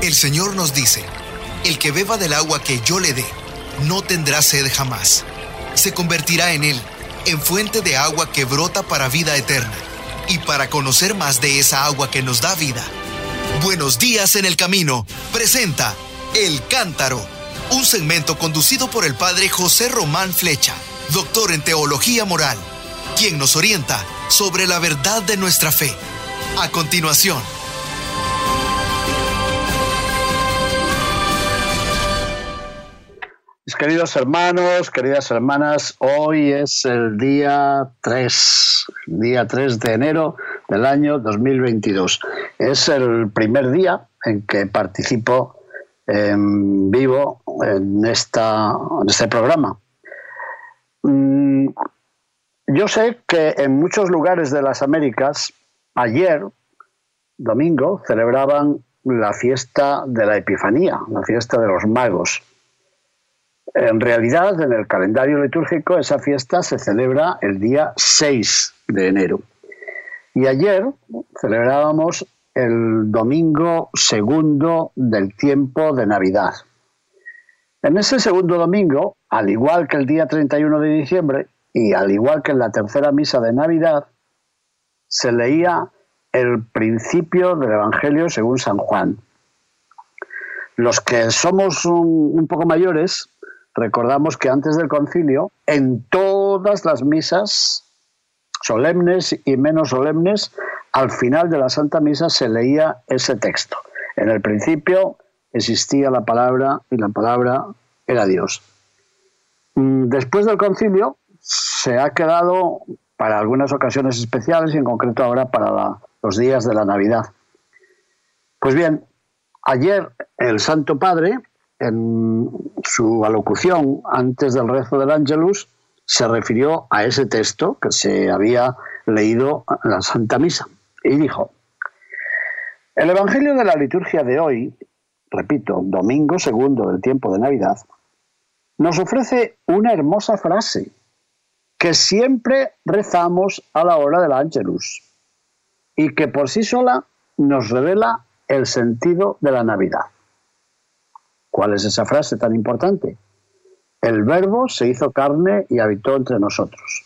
El Señor nos dice: el que beba del agua que yo le dé, no tendrá sed jamás. Se convertirá en él, en fuente de agua que brota para vida eterna. Y para conocer más de esa agua que nos da vida, Buenos Días en el Camino presenta El Cántaro, un segmento conducido por el padre José Román Flecha, doctor en Teología Moral, quien nos orienta sobre la verdad de nuestra fe. A continuación. Mis queridos hermanos, queridas hermanas, hoy es el día 3 de enero del año 2022. Es el primer día en que participo en vivo en este programa. Yo sé que en muchos lugares de las Américas, ayer, domingo, celebraban la fiesta de la Epifanía, la fiesta de los magos. En realidad, en el calendario litúrgico, esa fiesta se celebra el día 6 de enero. Y ayer celebrábamos el domingo segundo del tiempo de Navidad. En ese segundo domingo, al igual que el día 31 de diciembre y al igual que en la tercera misa de Navidad, se leía el principio del Evangelio según San Juan. Los que somos un poco mayores, recordamos que antes del concilio, en todas las misas, solemnes y menos solemnes, al final de la Santa Misa se leía ese texto. En el principio existía la palabra y la palabra era Dios. Después del concilio se ha quedado para algunas ocasiones especiales y en concreto ahora para los días de la Navidad. Pues bien, ayer el Santo Padre, en su alocución antes del rezo del Ángelus, se refirió a ese texto que se había leído en la Santa Misa y dijo: el Evangelio de la liturgia de hoy, repito, domingo segundo del tiempo de Navidad, nos ofrece una hermosa frase que siempre rezamos a la hora del Ángelus y que por sí sola nos revela el sentido de la Navidad. ¿Cuál es esa frase tan importante? El Verbo se hizo carne y habitó entre nosotros.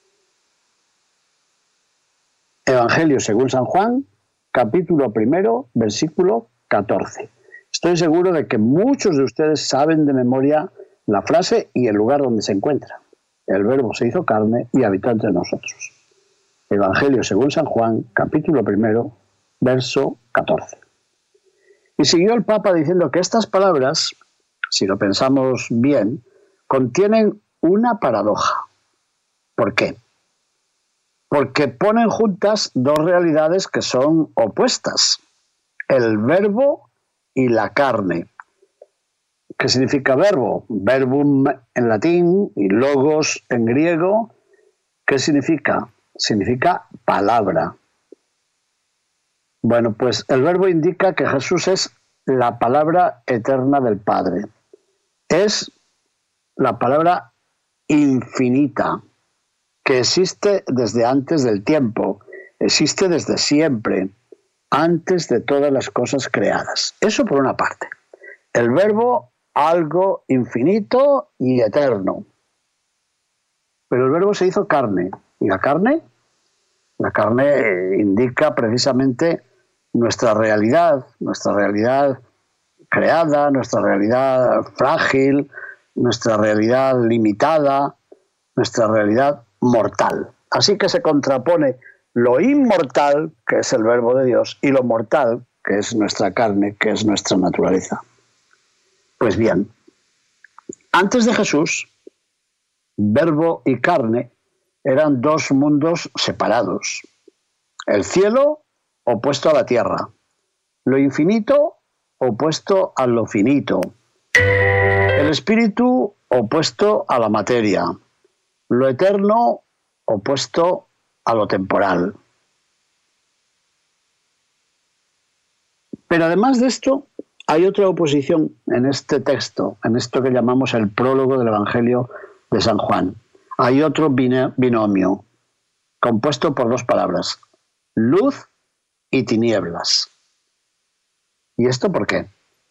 Evangelio según San Juan, capítulo 1, versículo 14. Estoy seguro de que muchos de ustedes saben de memoria la frase y el lugar donde se encuentra. El Verbo se hizo carne y habitó entre nosotros. Evangelio según San Juan, capítulo 1, verso 14. Y siguió el Papa diciendo que estas palabras, si lo pensamos bien, contienen una paradoja. ¿Por qué? Porque ponen juntas dos realidades que son opuestas: el verbo y la carne. ¿Qué significa verbo? Verbum en latín y logos en griego. ¿Qué significa? Significa palabra. Bueno, pues el verbo indica que Jesús es la palabra eterna del Padre. Es la palabra infinita, que existe desde antes del tiempo, existe desde siempre, antes de todas las cosas creadas. Eso por una parte. El verbo, algo infinito y eterno. Pero el verbo se hizo carne. ¿Y la carne? La carne indica precisamente nuestra realidad creada, nuestra realidad frágil, nuestra realidad limitada, nuestra realidad mortal. Así que se contrapone lo inmortal, que es el Verbo de Dios, y lo mortal, que es nuestra carne, que es nuestra naturaleza. Pues bien, antes de Jesús, Verbo y carne eran dos mundos separados. El cielo opuesto a la tierra, lo infinito opuesto a lo finito, el espíritu opuesto a la materia, lo eterno opuesto a lo temporal. Pero además de esto, hay otra oposición en este texto, en esto que llamamos el prólogo del Evangelio de San Juan. Hay otro binomio, compuesto por dos palabras: luz y tinieblas. ¿Y esto por qué?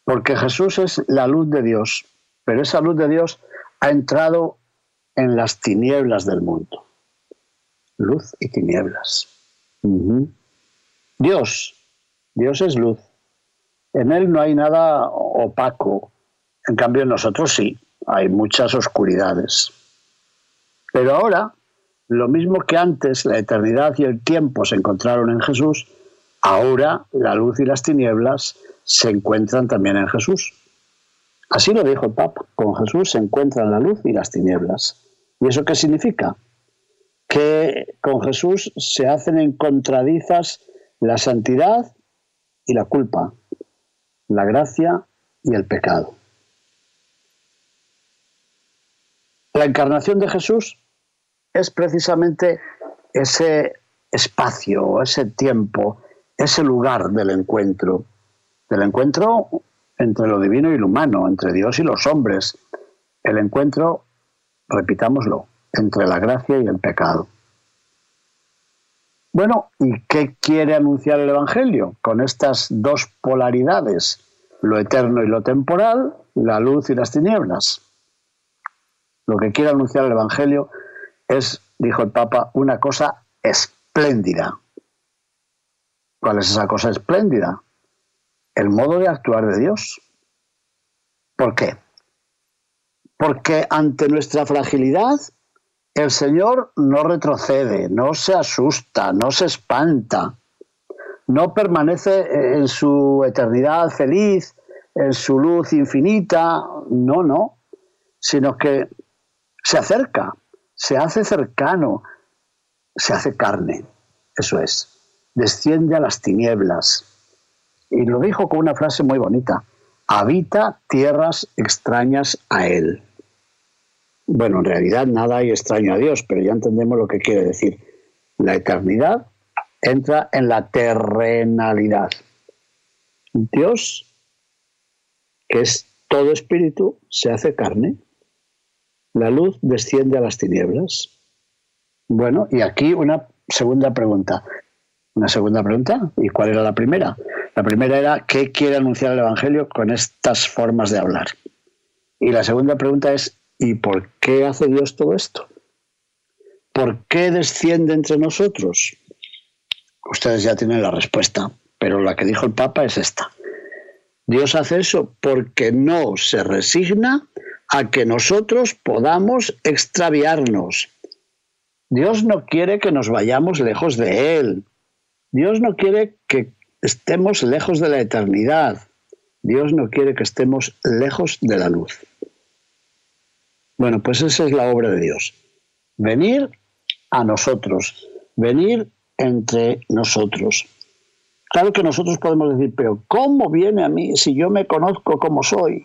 Porque Jesús es la luz de Dios, pero esa luz de Dios ha entrado en las tinieblas del mundo. Luz y tinieblas. Dios es luz. En Él no hay nada opaco. En cambio, en nosotros sí, hay muchas oscuridades. Pero ahora, lo mismo que antes la eternidad y el tiempo se encontraron en Jesús, ahora la luz y las tinieblas se encuentran también en Jesús. Así lo dijo el Papa: con Jesús se encuentran la luz y las tinieblas. ¿Y eso qué significa? Que con Jesús se hacen encontradizas la santidad y la culpa, la gracia y el pecado. La encarnación de Jesús es precisamente ese espacio, ese tiempo, ese lugar del encuentro entre lo divino y lo humano, entre Dios y los hombres, el encuentro, repitámoslo, entre la gracia y el pecado. Bueno, ¿y qué quiere anunciar el Evangelio? Con estas dos polaridades, lo eterno y lo temporal, la luz y las tinieblas. Lo que quiere anunciar el Evangelio es, dijo el Papa, una cosa espléndida. ¿Cuál es esa cosa espléndida? El modo de actuar de Dios. ¿Por qué? Porque ante nuestra fragilidad, el Señor no retrocede, no se asusta, no se espanta, no permanece en su eternidad feliz, en su luz infinita, no, sino que se acerca, se hace cercano, se hace carne, eso es, desciende a las tinieblas. Y lo dijo con una frase muy bonita: habita tierras extrañas a Él. Bueno, en realidad nada hay extraño a Dios, pero ya entendemos lo que quiere decir. La eternidad entra en la terrenalidad. Dios, que es todo espíritu, se hace carne. La luz desciende a las tinieblas. Bueno, y aquí una segunda pregunta. ¿Una segunda pregunta? ¿Y cuál era la primera? La primera era: ¿qué quiere anunciar el Evangelio con estas formas de hablar? Y la segunda pregunta es: ¿y por qué hace Dios todo esto? ¿Por qué desciende entre nosotros? Ustedes ya tienen la respuesta, pero la que dijo el Papa es esta: Dios hace eso porque no se resigna a que nosotros podamos extraviarnos. Dios no quiere que nos vayamos lejos de Él. Dios no quiere que estemos lejos de la eternidad. Dios no quiere que estemos lejos de la luz. Bueno, pues esa es la obra de Dios. Venir a nosotros, venir entre nosotros. Claro que nosotros podemos decir: pero ¿cómo viene a mí si yo me conozco como soy?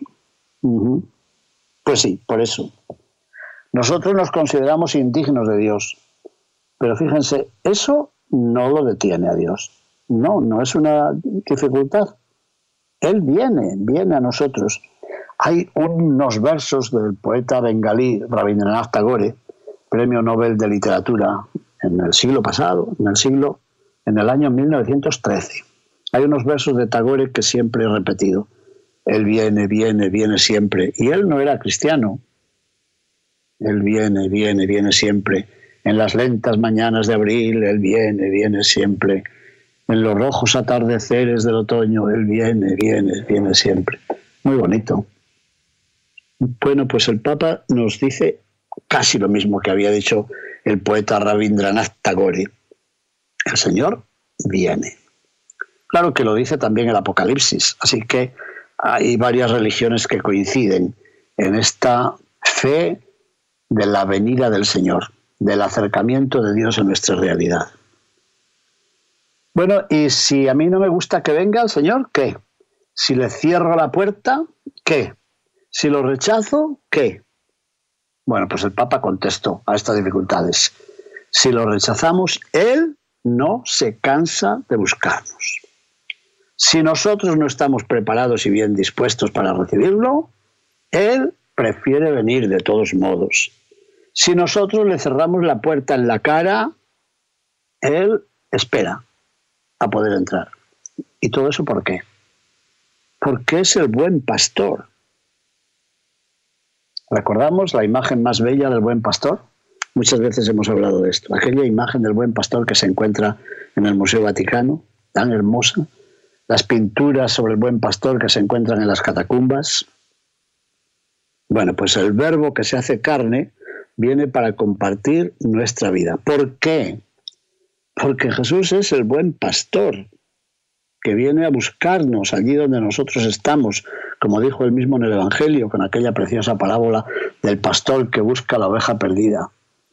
Pues sí, por eso. Nosotros nos consideramos indignos de Dios. Pero fíjense, eso no lo detiene a Dios. No es una dificultad. Él viene a nosotros. Hay unos versos del poeta bengalí Rabindranath Tagore, Premio Nobel de Literatura en el siglo pasado, en el año 1913. Hay unos versos de Tagore que siempre he repetido: Él viene siempre. Y él no era cristiano. Él viene siempre. En las lentas mañanas de abril, Él viene siempre. En los rojos atardeceres del otoño, Él viene siempre. Muy bonito. Bueno, pues el Papa nos dice casi lo mismo que había dicho el poeta Rabindranath Tagore. El Señor viene. Claro que lo dice también el Apocalipsis, así que hay varias religiones que coinciden en esta fe de la venida del Señor, del acercamiento de Dios a nuestra realidad. Bueno, y si a mí no me gusta que venga el Señor, ¿qué? Si le cierro la puerta, ¿qué? Si lo rechazo, ¿qué? Bueno, pues el Papa contestó a estas dificultades: si lo rechazamos, Él no se cansa de buscarnos. Si nosotros no estamos preparados y bien dispuestos para recibirlo, Él prefiere venir de todos modos. Si nosotros le cerramos la puerta en la cara, Él espera a poder entrar. ¿Y todo eso por qué? porque es el buen pastor. ¿Recordamos la imagen más bella del buen pastor? Muchas veces hemos hablado de esto. Aquella imagen del buen pastor que se encuentra en el Museo Vaticano, tan hermosa. Las pinturas sobre el buen pastor que se encuentran en las catacumbas. Bueno, pues el Verbo que se hace carne viene para compartir nuestra vida. ¿Por qué? Porque Jesús es el buen pastor que viene a buscarnos allí donde nosotros estamos, como dijo él mismo en el Evangelio, con aquella preciosa parábola del pastor que busca la oveja perdida.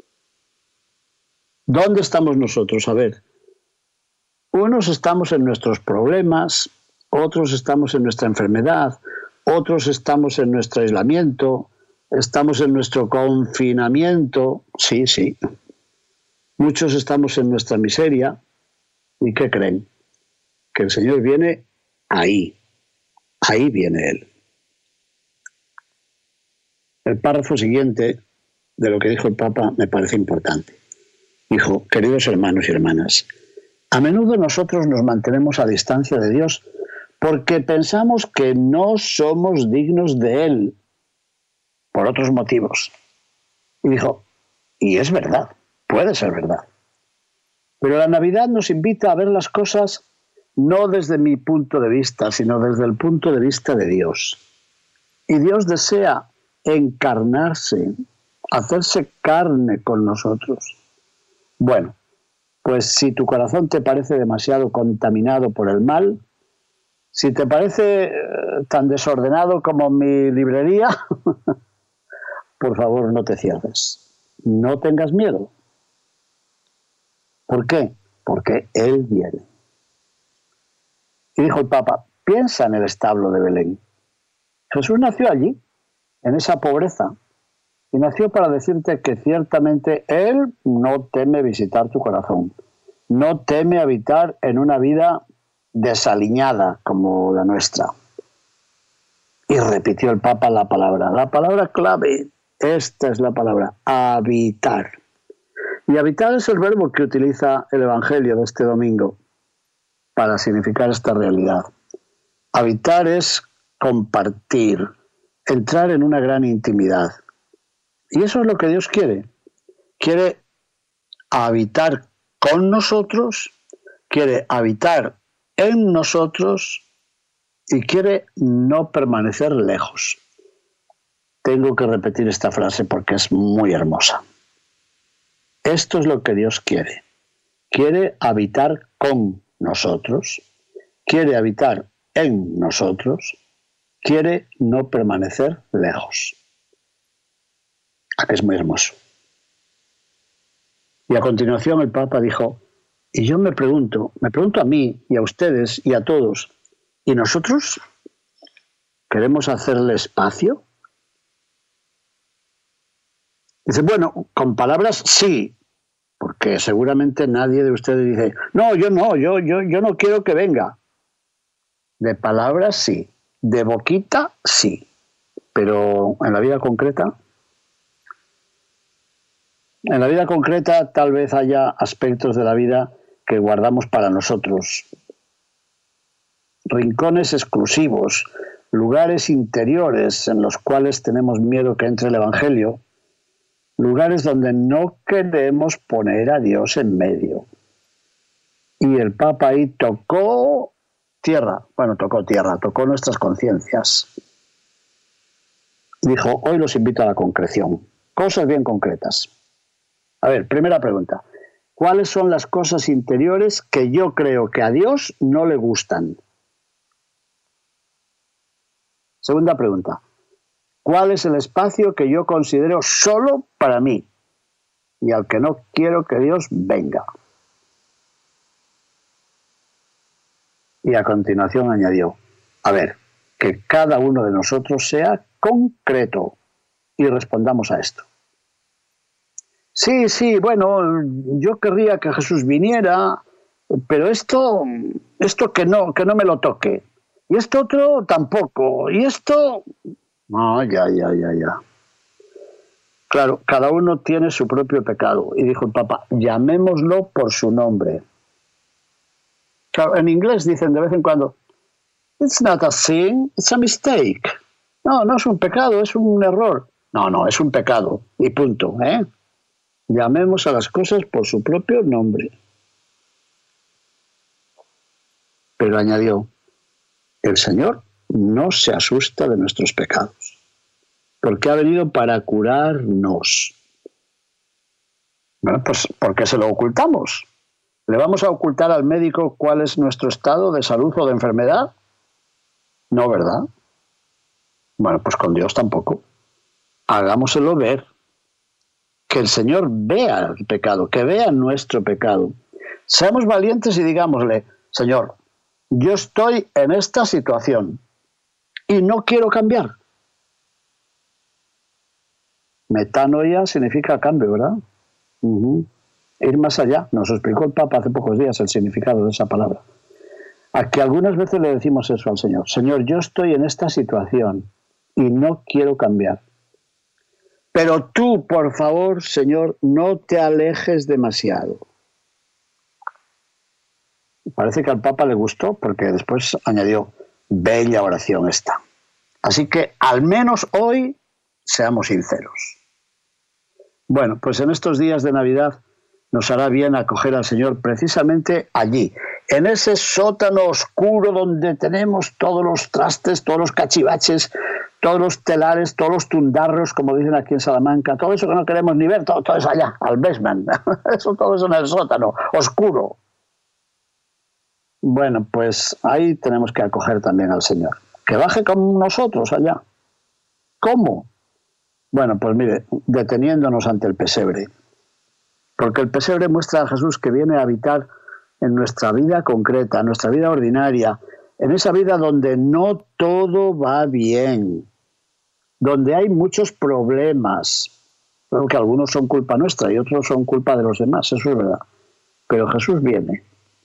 ¿Dónde estamos nosotros? A ver, unos estamos en nuestros problemas, otros estamos en nuestra enfermedad, otros estamos en nuestro aislamiento, estamos en nuestro confinamiento, sí. Muchos estamos en nuestra miseria. ¿Y qué creen? Que el Señor viene ahí viene Él. El párrafo siguiente de lo que dijo el Papa me parece importante. Dijo, queridos hermanos y hermanas, a menudo nosotros nos mantenemos a distancia de Dios porque pensamos que no somos dignos de Él, por otros motivos. Y dijo, y es verdad, puede ser verdad. Pero la Navidad nos invita a ver las cosas no desde mi punto de vista, sino desde el punto de vista de Dios. Y Dios desea encarnarse, hacerse carne con nosotros. Bueno, pues si tu corazón te parece demasiado contaminado por el mal, si te parece tan desordenado como mi librería, por favor no te cierres, no tengas miedo. ¿Por qué? Porque Él viene. Y dijo el Papa, piensa en el establo de Belén. Jesús nació allí, en esa pobreza, y nació para decirte que ciertamente Él no teme visitar tu corazón, no teme habitar en una vida desaliñada como la nuestra. Y repitió el Papa la palabra clave, esta es la palabra, habitar. Y habitar es el verbo que utiliza el Evangelio de este domingo para significar esta realidad. Habitar es compartir, entrar en una gran intimidad. Y eso es lo que Dios quiere. Quiere habitar con nosotros, quiere habitar en nosotros y quiere no permanecer lejos. Tengo que repetir esta frase porque es muy hermosa. Esto es lo que Dios quiere. Quiere habitar con nosotros, quiere habitar en nosotros, quiere no permanecer lejos. Es muy hermoso. Y a continuación el Papa dijo, y yo me pregunto a mí y a ustedes y a todos, ¿y nosotros queremos hacerle espacio? Dice, bueno, con palabras sí, porque seguramente nadie de ustedes dice, no, yo no quiero que venga. De palabras sí, de boquita sí, pero en la vida concreta tal vez haya aspectos de la vida que guardamos para nosotros. Rincones exclusivos, lugares interiores en los cuales tenemos miedo que entre el Evangelio, lugares donde no queremos poner a Dios en medio. Y el Papa ahí tocó nuestras conciencias. Dijo, hoy los invito a la concreción, cosas bien concretas. A ver, primera pregunta, ¿cuáles son las cosas interiores que yo creo que a Dios no le gustan? Segunda pregunta, ¿cuál es el espacio que yo considero solo para mí y al que no quiero que Dios venga? Y a continuación añadió, a ver, que cada uno de nosotros sea concreto y respondamos a esto. Sí, bueno, yo querría que Jesús viniera, pero esto que no me lo toque. Y esto otro tampoco. Y esto... No, ya. Claro, cada uno tiene su propio pecado. Y dijo el Papa, llamémoslo por su nombre. Claro, en inglés dicen de vez en cuando, It's not a sin, it's a mistake. No, no es un pecado, es un error. No, es un pecado. Y punto, ¿eh? Llamemos a las cosas por su propio nombre. Pero añadió, el Señor no se asusta de nuestros pecados, porque ha venido para curarnos. Bueno, pues ¿por qué se lo ocultamos? ¿Le vamos a ocultar al médico cuál es nuestro estado de salud o de enfermedad? No, ¿verdad? Bueno, pues con Dios tampoco. Hagámoselo ver. Que el Señor vea el pecado, que vea nuestro pecado. Seamos valientes y digámosle, Señor, yo estoy en esta situación y no quiero cambiar. Metanoia significa cambio, ¿verdad? Ir más allá. Nos explicó el Papa hace pocos días el significado de esa palabra. A que algunas veces le decimos eso al Señor. Señor, yo estoy en esta situación y no quiero cambiar. Pero tú, por favor, Señor, no te alejes demasiado. Parece que al Papa le gustó porque después añadió, bella oración esta. Así que al menos hoy seamos sinceros. Bueno, pues en estos días de Navidad nos hará bien acoger al Señor precisamente allí, en ese sótano oscuro donde tenemos todos los trastes, todos los cachivaches, todos los telares, todos los tundarros, como dicen aquí en Salamanca, todo eso que no queremos ni ver, todo es allá, al basement, todo eso en el sótano, oscuro. Bueno, pues ahí tenemos que acoger también al Señor, que baje con nosotros allá. ¿Cómo? Bueno, pues mire, deteniéndonos ante el pesebre, porque el pesebre muestra a Jesús que viene a habitar en nuestra vida concreta, en nuestra vida ordinaria, en esa vida donde no todo va bien, donde hay muchos problemas, creo que algunos son culpa nuestra y otros son culpa de los demás, eso es verdad, pero Jesús viene.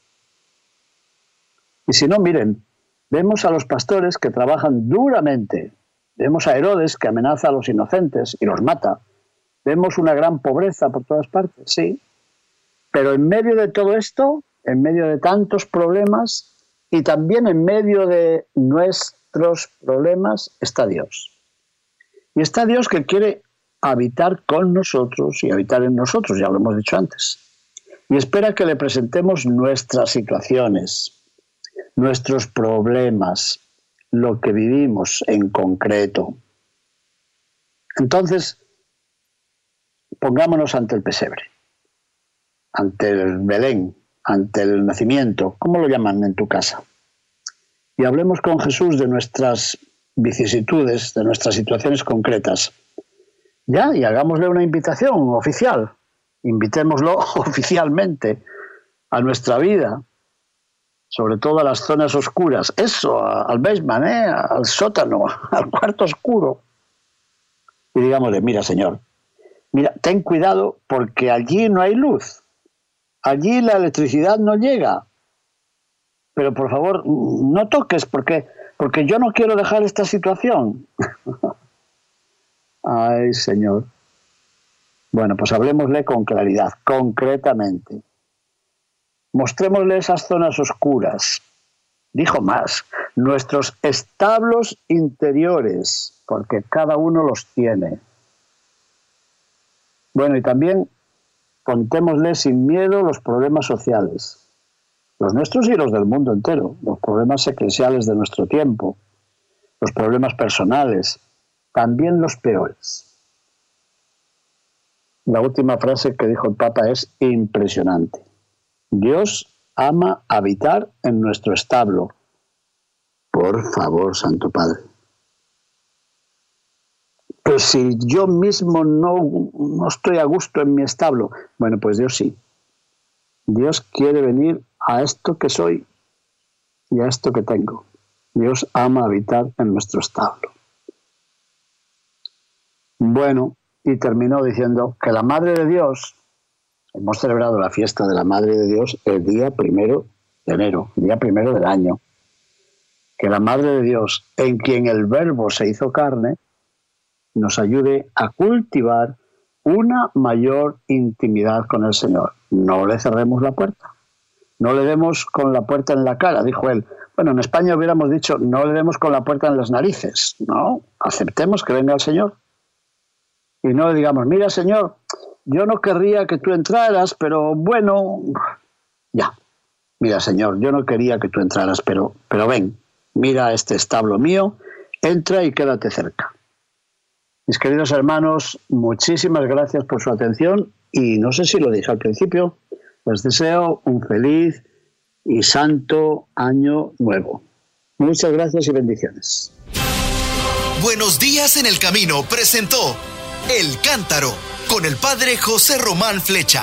Y si no, miren, vemos a los pastores que trabajan duramente, vemos a Herodes que amenaza a los inocentes y los mata, vemos una gran pobreza por todas partes, sí, pero en medio de todo esto, en medio de tantos problemas y también en medio de nuestros problemas está Dios. Y está Dios que quiere habitar con nosotros y habitar en nosotros, ya lo hemos dicho antes. Y espera que le presentemos nuestras situaciones, nuestros problemas, lo que vivimos en concreto. Entonces, pongámonos ante el pesebre, ante el Belén, ante el nacimiento, ¿cómo lo llaman en tu casa? Y hablemos con Jesús de nuestras vicisitudes, de nuestras situaciones concretas. Ya, y hagámosle una invitación oficial. Invitémoslo oficialmente a nuestra vida, sobre todo a las zonas oscuras. Eso, al basement, al sótano, al cuarto oscuro. Y digámosle, mira, Señor, mira, ten cuidado porque allí no hay luz. Allí la electricidad no llega. Pero por favor, no toques porque yo no quiero dejar esta situación. Ay, Señor. Bueno, pues hablemosle con claridad, concretamente. Mostrémosle esas zonas oscuras. Dijo más, nuestros establos interiores, porque cada uno los tiene. Bueno, y también contémosle sin miedo los problemas sociales, los nuestros y los del mundo entero, los problemas eclesiales de nuestro tiempo, los problemas personales, también los peores. La última frase que dijo el Papa es impresionante. Dios ama habitar en nuestro establo. Por favor, Santo Padre. Pues si yo mismo no estoy a gusto en mi establo, bueno, pues Dios sí. Dios quiere venir a esto que soy y a esto que tengo. Dios ama habitar en nuestro establo. Bueno, y terminó diciendo que la Madre de Dios, hemos celebrado la fiesta de la Madre de Dios el día 1 de enero, el día 1 del año, que la Madre de Dios, en quien el Verbo se hizo carne, nos ayude a cultivar una mayor intimidad con el Señor. No le cerremos la puerta. No le demos con la puerta en la cara, dijo él, Bueno, en España hubiéramos dicho, no le demos con la puerta en las narices, no, aceptemos que venga el Señor. Y no le digamos, mira, Señor, yo no querría que tú entraras, pero bueno, ya. Mira, Señor, yo no quería que tú entraras, pero ven, mira este establo mío, entra y quédate cerca. Mis queridos hermanos, muchísimas gracias por su atención y no sé si lo dije al principio, les deseo un feliz y santo año nuevo. Muchas gracias y bendiciones. Buenos días en el camino presentó El Cántaro con el padre José Román Flecha.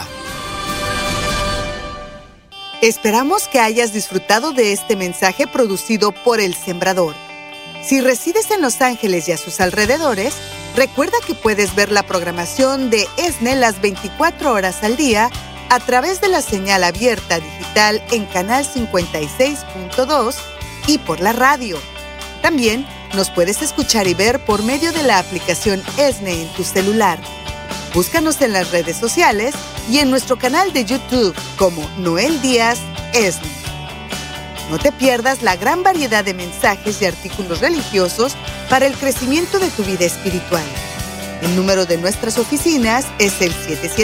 Esperamos que hayas disfrutado de este mensaje producido por El Sembrador. Si resides en Los Ángeles y a sus alrededores, recuerda que puedes ver la programación de ESNE las 24 horas al día a través de la señal abierta digital en Canal 56.2 y por la radio. También nos puedes escuchar y ver por medio de la aplicación ESNE en tu celular. Búscanos en las redes sociales y en nuestro canal de YouTube como Noel Díaz ESNE. No te pierdas la gran variedad de mensajes y artículos religiosos para el crecimiento de tu vida espiritual. El número de nuestras oficinas es el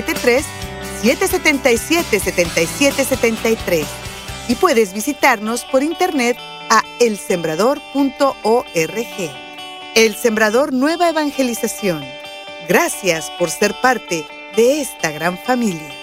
773-777-7773 y puedes visitarnos por internet a elsembrador.org. El Sembrador Nueva Evangelización. Gracias por ser parte de esta gran familia.